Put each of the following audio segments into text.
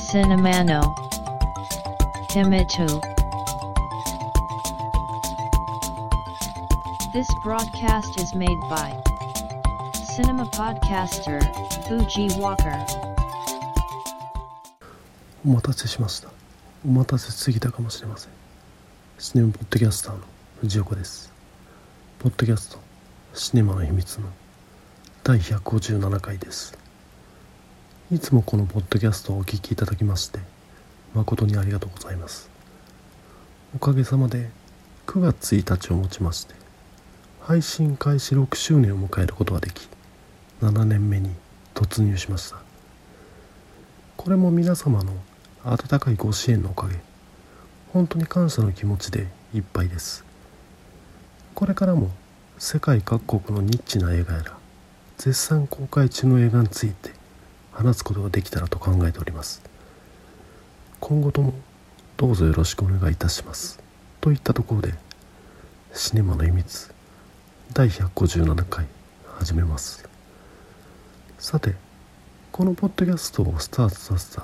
Cinemano Himitu. This broadcast is made by Cinema Podcaster Fuji Walker. お待たせしました。お待たせすぎたかもしれません。シネマポッドキャスターの藤岡です。ポッドキャストシネマの秘密の第157回です。いつもこのポッドキャストをお聞きいただきまして誠にありがとうございます。おかげさまで9月1日をもちまして配信開始6周年を迎えることができ、7年目に突入しました。これも皆様の温かいご支援のおかげ、本当に感謝の気持ちでいっぱいです。これからも世界各国のニッチな映画やら絶賛公開中の映画について話すことができたらと考えております。今後ともどうぞよろしくお願いいたしますといったところで、シネマの秘密第157回始めます。さて、このポッドキャストをスタートさせた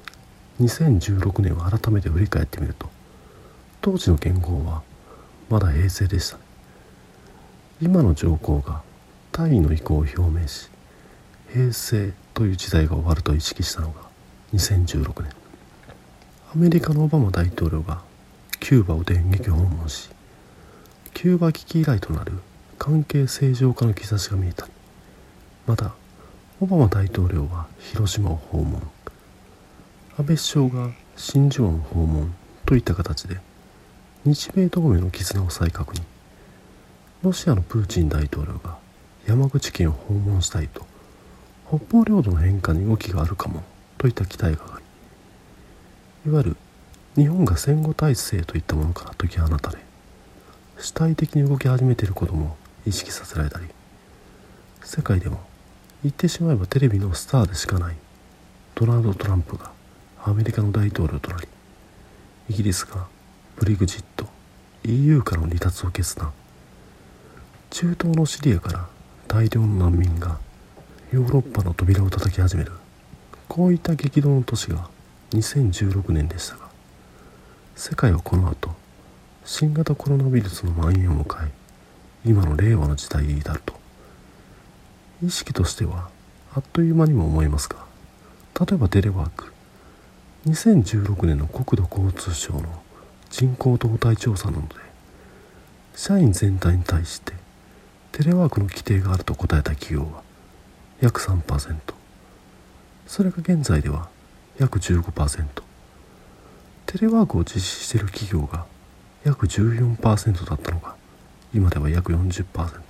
2016年を改めて振り返ってみると、当時の元号はまだ平成でした。今の上皇が退位の意向を表明し、平成という時代が終わると意識したのが2016年。アメリカのオバマ大統領がキューバを電撃訪問し、キューバ危機以来となる関係正常化の兆しが見えたり、またオバマ大統領は広島を訪問、安倍首相が真珠湾を訪問といった形で日米同盟の絆を再確認。ロシアのプーチン大統領が山口県を訪問したいと、北方領土の返還に動きがあるかもといった期待が上がり、いわゆる日本が戦後体制といったものから解き放たれ、主体的に動き始めていることも意識させられたり、世界でも言ってしまえばテレビのスターでしかないドナルド・トランプがアメリカの大統領となり、イギリスがブリグジット EU からの離脱を決断、中東のシリアから大量の難民がヨーロッパの扉を叩き始める、こういった激動の年が2016年でしたが、世界はこの後新型コロナウイルスの蔓延を迎え、今の令和の時代に至ると、意識としてはあっという間にも思えますが、例えばテレワーク、2016年の国土交通省の人口動態調査なので、社員全体に対してテレワークの規定があると答えた企業は約 3%、 それが現在では約 15%、 テレワークを実施している企業が約 14% だったのが今では約 40%。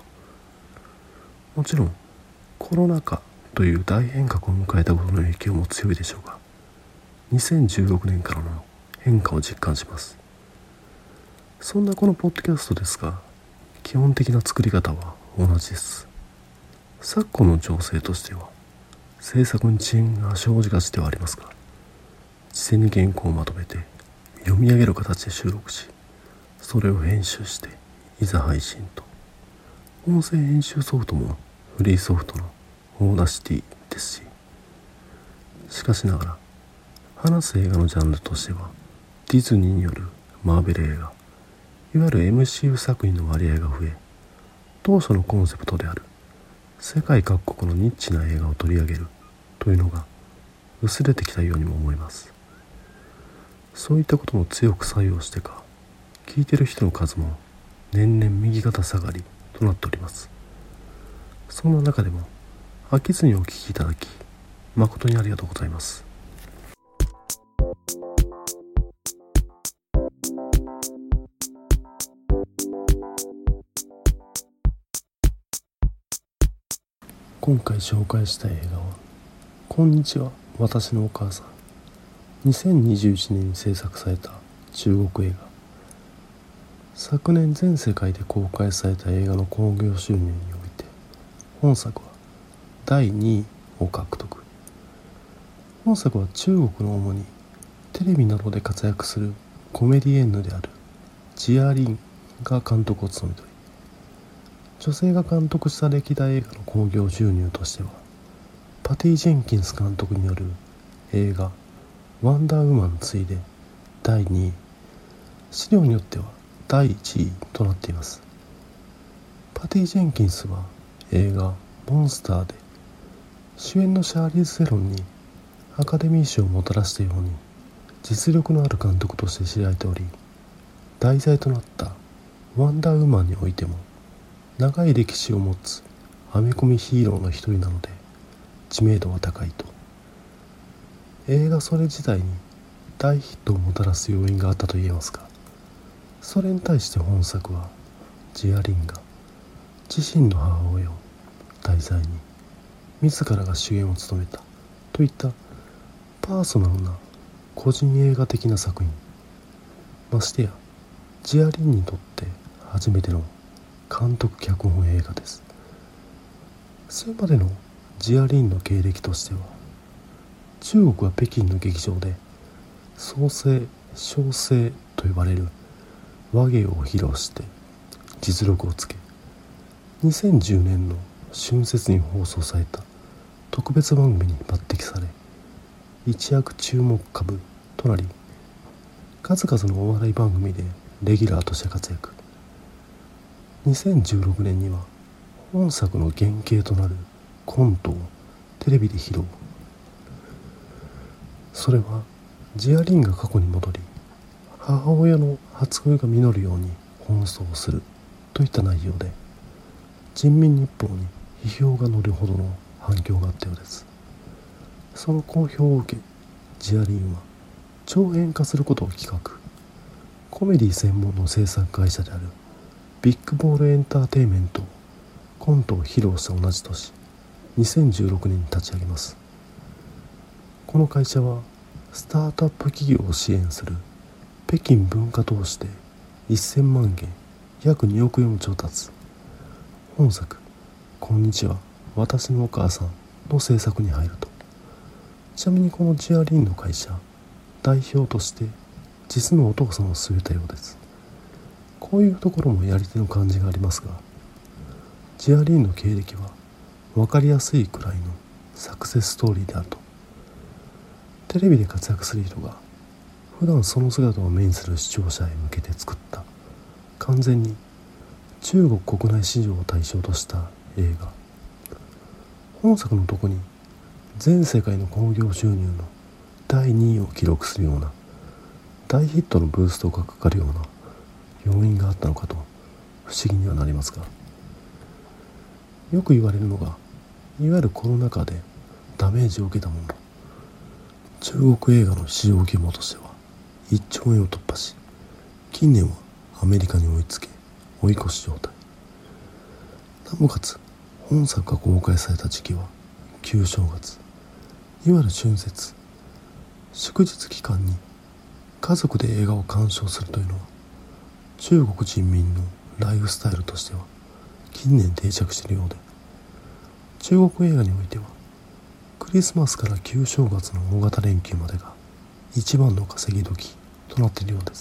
もちろんコロナ禍という大変革を迎えたことの影響も強いでしょうが、2016年からの変化を実感します。そんなこのポッドキャストですが、基本的な作り方は同じです。昨今の情勢としては制作に遅延が生じがちではありますが、事前に原稿をまとめて読み上げる形で収録し、それを編集していざ配信と、音声編集ソフトもフリーソフトのオーダーシティですし、しかしながら話す映画のジャンルとしてはディズニーによるマーベル映画、いわゆる MCU 作品の割合が増え、当初のコンセプトである世界各国のニッチな映画を取り上げるというのが薄れてきたようにも思います。そういったことも強く作用してか、聞いてる人の数も年々右肩下がりとなっております。そんな中でも飽きずにお聞きいただき誠にありがとうございます。今回紹介したい映画はこんにちは私のお母さん。2021年に制作された中国映画。昨年全世界で公開された映画の興行収入において本作は第2位を獲得。本作は中国の主にテレビなどで活躍するコメディエンヌであるジアリンが監督を務めており、女性が監督した歴代映画の興行収入としてはパティ・ジェンキンス監督による映画ワンダーウーマンに次いで第2位、資料によっては第1位となっています。パティ・ジェンキンスは映画モンスターで主演のシャーリーズ・セロンにアカデミー賞をもたらしたように実力のある監督として知られており、題材となったワンダーウーマンにおいても長い歴史を持つアメコミヒーローの一人なので知名度は高いと。映画それ自体に大ヒットをもたらす要因があったと言えますが、それに対して本作はジアリンが自身の母親を題材に自らが主演を務めたといったパーソナルな個人映画的な作品、ましてやジアリンにとって初めての監督脚本映画です。それまでのジアリンの経歴としては、中国は北京の劇場で創世小生と呼ばれる話芸を披露して実力をつけ、2010年の春節に放送された特別番組に抜擢され、一躍注目株となり、数々のお笑い番組でレギュラーとして活躍。2016年には本作の原型となるコントをテレビで披露。それはジアリンが過去に戻り、母親の初恋が実るように奔走するといった内容で、人民日報に批評が載るほどの反響があったようです。その好評を受け、ジアリンは長編化することを企画。コメディ専門の制作会社であるビッグボールエンターテインメントをコントを披露した同じ年、2016年に立ち上げます。この会社はスタートアップ企業を支援する北京文化投資で1000万元約2億円を調達。本作こんにちは私のお母さんの制作に入ると。ちなみにこのジアリンの会社、代表として実のお父さんを据えたようです。こういうところもやり手の感じがありますが、ジアリンの経歴は分かりやすいくらいのサクセスストーリーであると。テレビで活躍する人が普段その姿を目にする視聴者へ向けて作った完全に中国国内市場を対象とした映画。本作の特に全世界の興行収入の第2位を記録するような大ヒットのブーストがかかるような要因があったのかと不思議にはなりますが、よく言われるのがいわゆるコロナ禍でダメージを受けたもの。中国映画の市場規模としては1兆円を突破し、近年はアメリカに追いつけ追い越し状態。なおかつ本作が公開された時期は旧正月、いわゆる春節、祝日期間に家族で映画を鑑賞するというのは中国人民のライフスタイルとしては近年定着しているようで、中国映画においてはクリスマスから旧正月の大型連休までが一番の稼ぎ時となっているようです。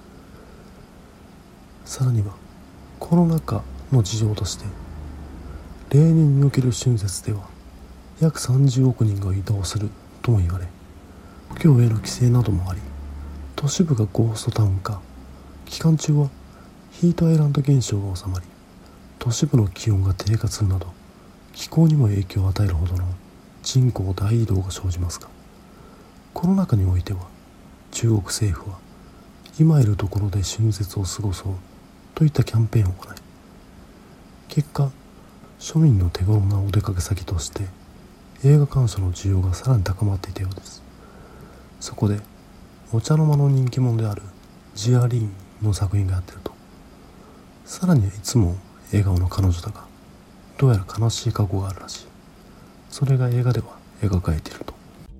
さらにはコロナ禍の事情として、例年における春節では約30億人が移動するとも言われ、故郷への帰省などもあり、都市部がゴーストタウン化、期間中はヒートアイランド現象が収まり、都市部の気温が低下するなど気候にも影響を与えるほどの人口大移動が生じますが、コロナ禍においては中国政府は今いるところで春節を過ごそうといったキャンペーンを行い、結果庶民の手頃なお出かけ先として映画鑑賞の需要がさらに高まっていたようです。そこでお茶の間の人気者であるジアリンの作品がやってると、さらにはいつも笑顔の彼女だがどうやら悲しい過去があるらしい。それが映画では描かれていると。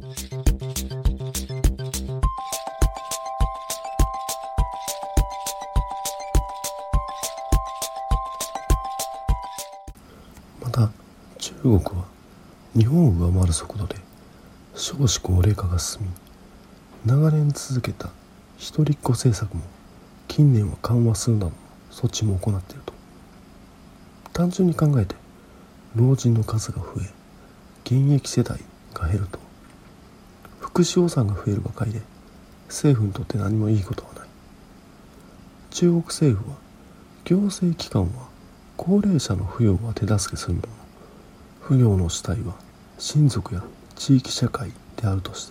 また中国は日本を上回る速度で少子高齢化が進み、長年続けた一人っ子政策も近年は緩和するなどの措置も行っていると。単純に考えて老人の数が増え現役世代が減ると不福祉予算が増えるばかりで政府にとって何もいいことはない。中国政府は行政機関は高齢者の扶養は手助けするものの、扶養の主体は親族や地域社会であるとして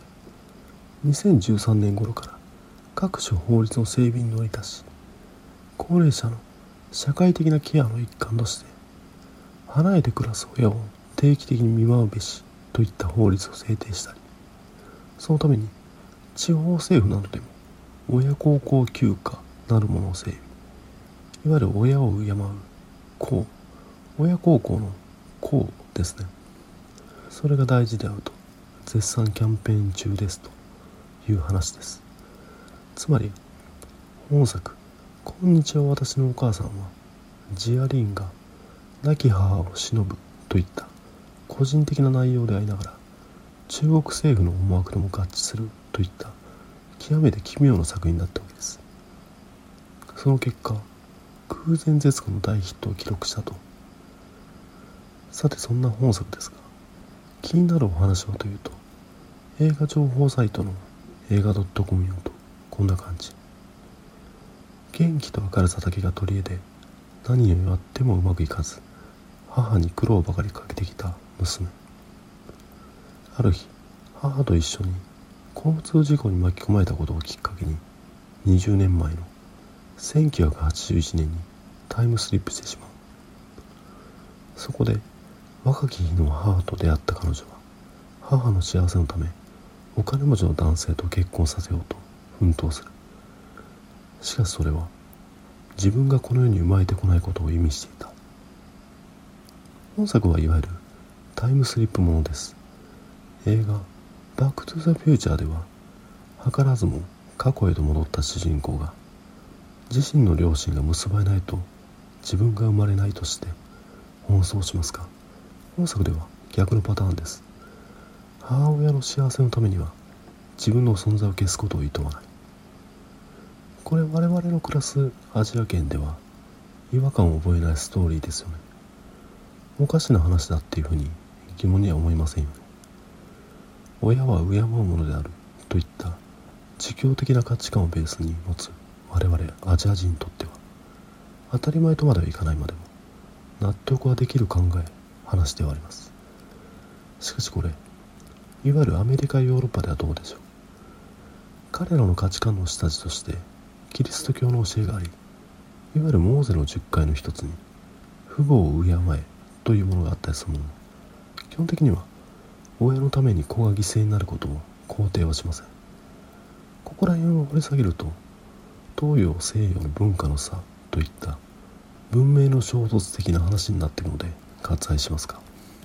、2013年頃から各種法律の整備に乗り出し、高齢者の社会的なケアの一環として離れて暮らす親を定期的に見舞うべしといった法律を制定したり、そのために地方政府などでも親孝行休暇なるものを整備、いわゆる親を敬う孝、親孝行の孝ですね。それが大事であると絶賛キャンペーン中ですという話です。つまり本作こんにちは私のお母さんは、ジアリンが亡き母を偲ぶといった個人的な内容でありながら、中国政府の思惑とも合致するといった極めて奇妙な作品だったわけです。その結果、空前絶後の大ヒットを記録したと。さてそんな本作ですが、気になるお話はというと、映画情報サイトの映画 .com 用とこんな感じ。元気と明るさだけが取り柄で、何をやってもうまくいかず、母に苦労ばかりかけてきた娘。ある日、母と一緒に交通事故に巻き込まれたことをきっかけに、20年前の1981年にタイムスリップしてしまう。そこで若き日の母と出会った彼女は、母の幸せのためお金持ちの男性と結婚させようと奮闘する。しかしそれは自分がこの世に生まれてこないことを意味していた。本作はいわゆるタイムスリップものです。映画バックトゥザフューチャーでは、図らずも過去へと戻った主人公が自身の両親が結ばれないと自分が生まれないとして奔走しますが、本作では逆のパターンです。母親の幸せのためには自分の存在を消すことを厭わない。これ我々の暮らすアジア圏では違和感を覚えないストーリーですよね。おかしな話だっていうふうに疑問には思いませんよね。親は敬うものであるといった儒教的な価値観をベースに持つ我々アジア人にとっては、当たり前とまではいかないまでも納得はできる考え、話ではあります。しかしこれ、いわゆるアメリカヨーロッパではどうでしょう。彼らの価値観の下地としてキリスト教の教えがあり、いわゆるモーゼの10回の一つに父母を敬えというものがあったりするものの、基本的には親のために子が犠牲になることを肯定はしません。ここら辺を掘り下げると、東洋西洋の文化の差といった文明の衝突的な話になっているので割愛しますか。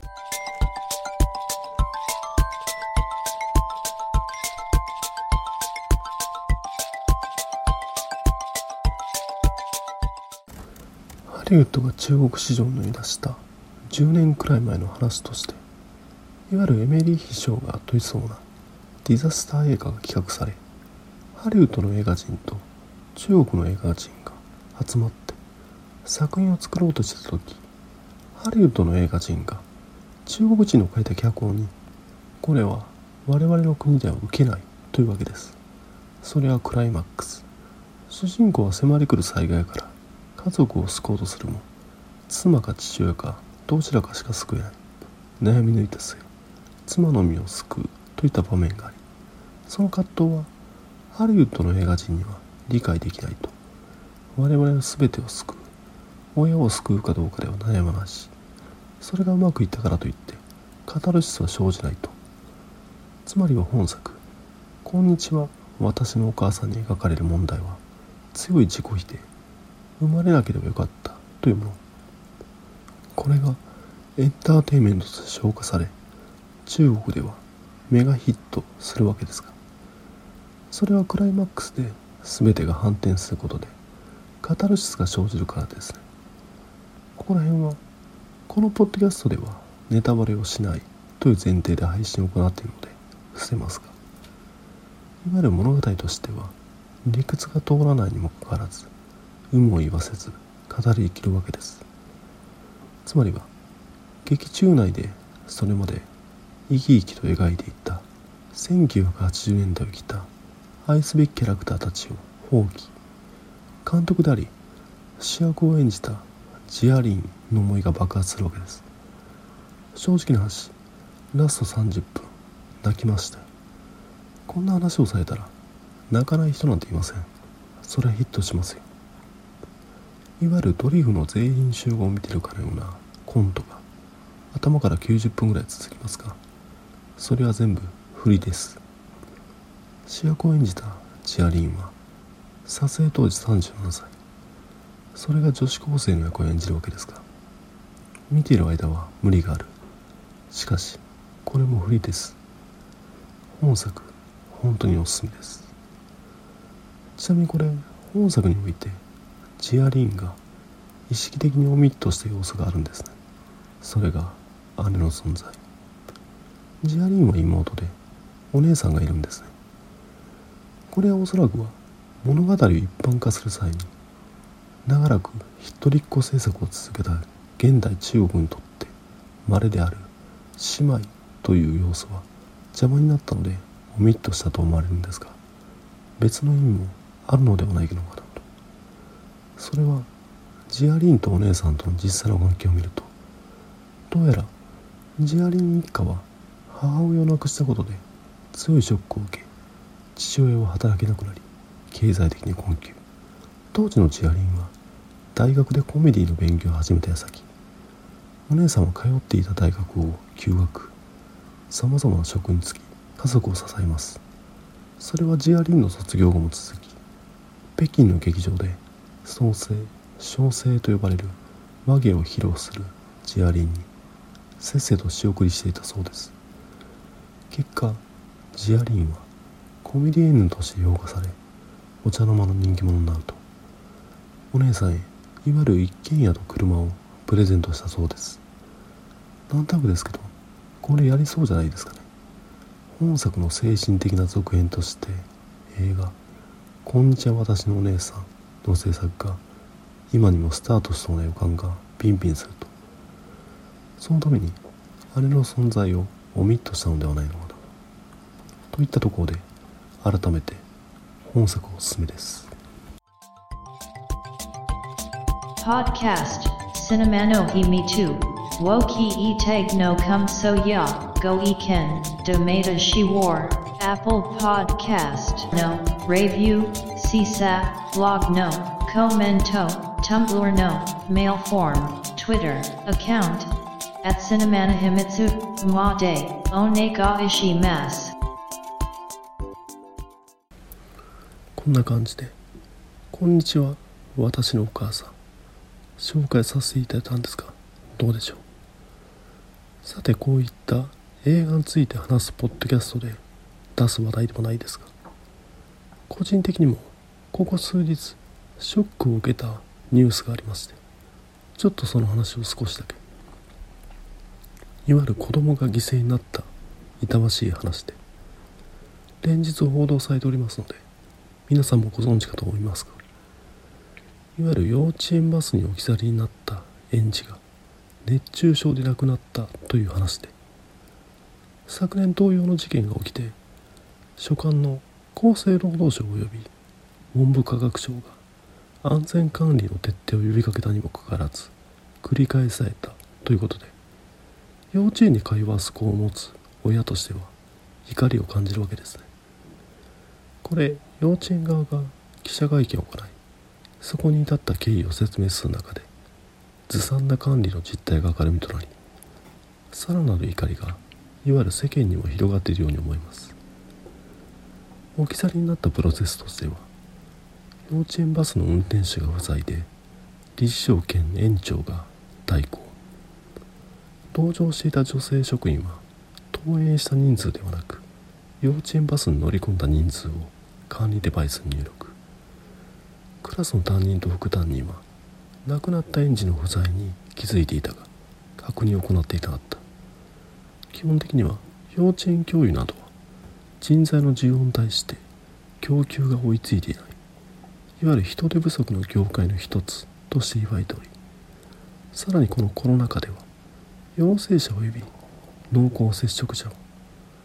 ハリウッドが中国市場に乗り出した10年くらい前の話として、いわゆるエメリー批賞が後いそうなディザスター映画が企画され、ハリウッドの映画人と中国の映画人が集まって作品を作ろうとしたとき、ハリウッドの映画人が中国人の書いた脚本に、これは我々の国では受けないというわけです。それはクライマックス。主人公は迫り来る災害から家族を救おうとするも、妻か父親かどちらかしか救えない。悩み抜いた末、妻の身を救うといった場面があり、その葛藤はハリウッドの映画人には理解できないと。我々の全てを救う、親を救うかどうかでは悩まないし、それがうまくいったからといってカタルシスは生じないと。つまりは本作こんにちは私のお母さんに描かれる問題は、強い自己否定、生まれなければよかったというもの。これがエンターテインメントとして消化され、中国ではメガヒットするわけですが、それはクライマックスで全てが反転することでカタルシスが生じるからですね。ここら辺はこのポッドキャストではネタバレをしないという前提で配信を行っているので伏せますが、いわゆる物語としては理屈が通らないにもかかわらず、有無を言わせず語り生きるわけです。つまりは劇中内でそれまで生き生きと描いていった 1980年代を生きた愛すべきキャラクターたちを放棄、監督であり主役を演じたジアリーンの思いが爆発するわけです。正直な話、ラスト30分泣きました。こんな話をされたら泣かない人なんていません。それはヒットしますよ。いわゆるドリフの全員集合を見てるかのようなコントが頭から90分ぐらい続きますが、それは全部振りです。主役を演じたジアリーンは撮影当時37歳、それが女子高生の役を演じるわけですが、見ている間は無理がある。しかしこれも振りです。本作本当におすすめです。ちなみにこれ本作においてジアリーンが意識的にオミットした要素があるんですね。それが姉の存在。ジアリーンは妹でお姉さんがいるんですね。これはおそらくは物語を一般化する際に長らく一人っ子政策を続けた現代中国にとって稀である姉妹という要素は邪魔になったのでオミットしたと思われるんですが、別の意味もあるのではないのかなと。それはジアリーンとお姉さんとの実際の関係を見ると、どうやらジアリーン一家は母親を亡くしたことで強いショックを受け、父親は働けなくなり経済的に困窮。当時のジアリーンは大学でコメディの勉強を始めた矢先、お姉さんは通っていた大学を休学、さまざまな職に就き家族を支えます。それはジアリーンの卒業後も続き、北京の劇場で創生、小生と呼ばれる和芸を披露するジアリーンにせっせと仕送りしていたそうです。結果ジアリーンはコメディエンヌとして評価され、お茶の間の人気者になると、お姉さんへいわゆる一軒家と車をプレゼントしたそうです。なんとなくですけど、これやりそうじゃないですかね。本作の精神的な続編として映画「こんにちは私のお姉さん」の制作が今にもスタートしそうな予感がピンピンすると、そのために姉の存在をオミットしたのではないのかなといったところで、改めて本作おすすめです。 Podcast Cinema no Himi 2 Woki e tag no come so ya go e ken domata she war Apple Podcast no review CSAP blog no commento Tumblr no mail form Twitter account at Cinemana Himitsu ma de onega ishimasu。 こんな感じでこんにちは私のお母さん紹介させていただいたんですが、どうでしょう。さて、こういった映画について話すポッドキャストで出す話題でもないですが、個人的にもここ数日ショックを受けたニュースがありまして、ちょっとその話を少しだけ。いわゆる子供が犠牲になった痛ましい話で、連日報道されておりますので皆さんもご存知かと思いますが、いわゆる幼稚園バスに置き去りになった園児が熱中症で亡くなったという話で、昨年同様の事件が起きて所管の厚生労働省及び文部科学省が安全管理の徹底を呼びかけたにもかかわらず繰り返されたということで、幼稚園に通わす子を持つ親としては怒りを感じるわけですね。これ幼稚園側が記者会見を行い、そこに至った経緯を説明する中でずさんな管理の実態が明るみとなり、さらなる怒りがいわゆる世間にも広がっているように思います。置き去りになったプロセスとしては、幼稚園バスの運転手が不在で理事長兼園長が代行、同乗していた女性職員は登園した人数ではなく幼稚園バスに乗り込んだ人数を管理デバイスに入力、クラスの担任と副担任は亡くなった園児の不在に気づいていたが確認を行っていなかった。基本的には幼稚園教諭などは人材の需要に対して供給が追いついていない、いわゆる人手不足の業界の一つとして言われており、さらにこのコロナ禍では陽性者及び濃厚接触者を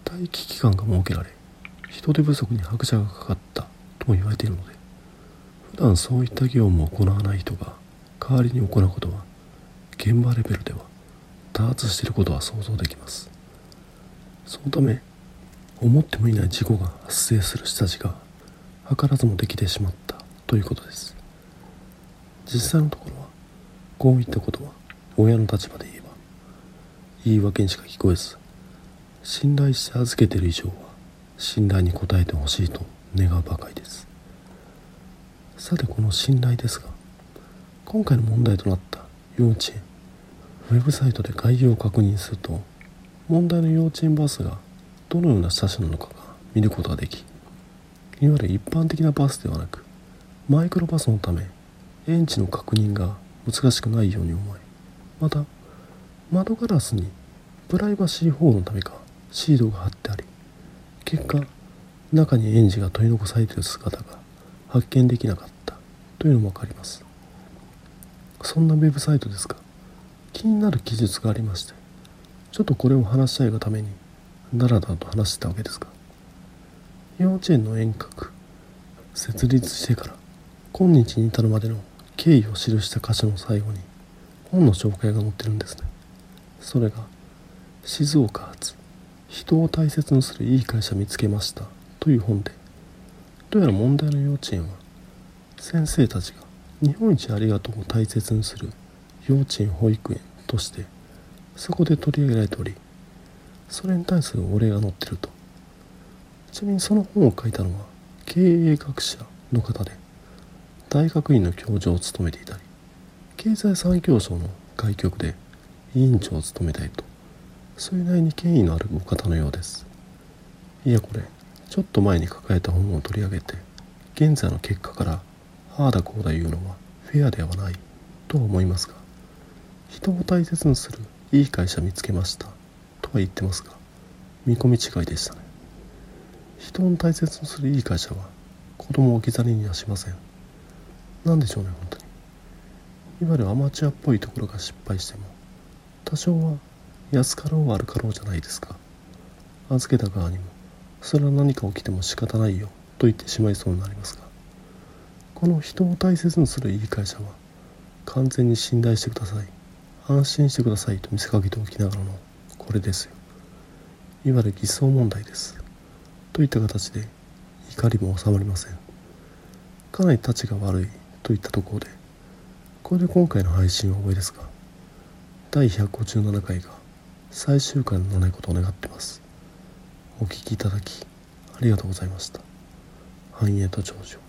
待機期間が設けられ、人手不足に拍車がかかったとも言われているので、普段そういった業務を行わない人が代わりに行うことは、現場レベルでは多発していることは想像できます。そのため、思ってもいない事故が発生する下地が図らずもできてしまったということです。実際のところは、こういったことは親の立場で言えば言い訳にしか聞こえず、信頼して預けている以上は信頼に応えてほしいと願うばかりです。さて、この信頼ですが、今回の問題となった幼稚園、ウェブサイトで概要を確認すると、問題の幼稚園バスがどのような車種なのかが見ることができ、いわゆる一般的なバスではなくマイクロバスのため園児の確認が難しくないように思え、また窓ガラスにプライバシー保護のためかシールが貼ってあり、結果中に園児が取り残されている姿が発見できなかったというのも分かります。そんなウェブサイトですが、気になる記述がありまして、ちょっとこれを話したいがためにだらだらと話してたわけですが、幼稚園の遠隔設立してから今日に至るまでの経緯を記した箇所の最後に本の紹介が載ってるんですね。それが静岡発人を大切にするいい会社見つけましたという本で、どうやら問題の幼稚園は先生たちが日本一ありがとうを大切にする幼稚園保育園としてそこで取り上げられており、それに対するお礼が載っていると。ちなみにその本を書いたのは経営学者の方で、大学院の教授を務めていたり、経済産業省の外局で委員長を務めたりと、それなりに権威のあるお方のようです。いや、これちょっと前に書かれた本を取り上げて現在の結果からああだこうだ言うのはフェアではないとは思いますが、人を大切にするいい会社見つけましたとは言ってますが、見込み違いでしたね。人を大切にするいい会社は子供を置き去りにはしません。なんでしょうね、本当に。いわゆるアマチュアっぽいところが失敗しても多少は安かろう悪かろうじゃないですか。預けた側にもそれは何か起きても仕方ないよと言ってしまいそうになりますが、この人を大切にするいい会社は完全に信頼してください、安心してくださいと見せかけておきながらのこれですよ。いわゆる偽装問題ですといった形で怒りも収まりません。かなり立ちが悪いといったところで、これで今回の配信は終わりですが、第157回が最終回にならないことを願ってます。お聞きいただきありがとうございました。繁栄と長寿。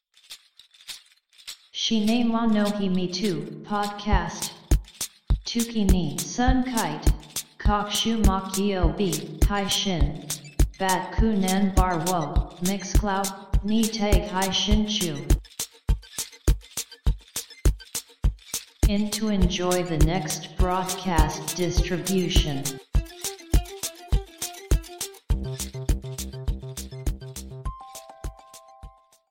Shinema no Himi 2 Podcast Tuki ni Sun Kite Kokshu Makio B Hai Shin Bat Kunan Bar Wo Mixcloud Ni Tag Hai Shin Chu In to enjoy the next broadcast distribution.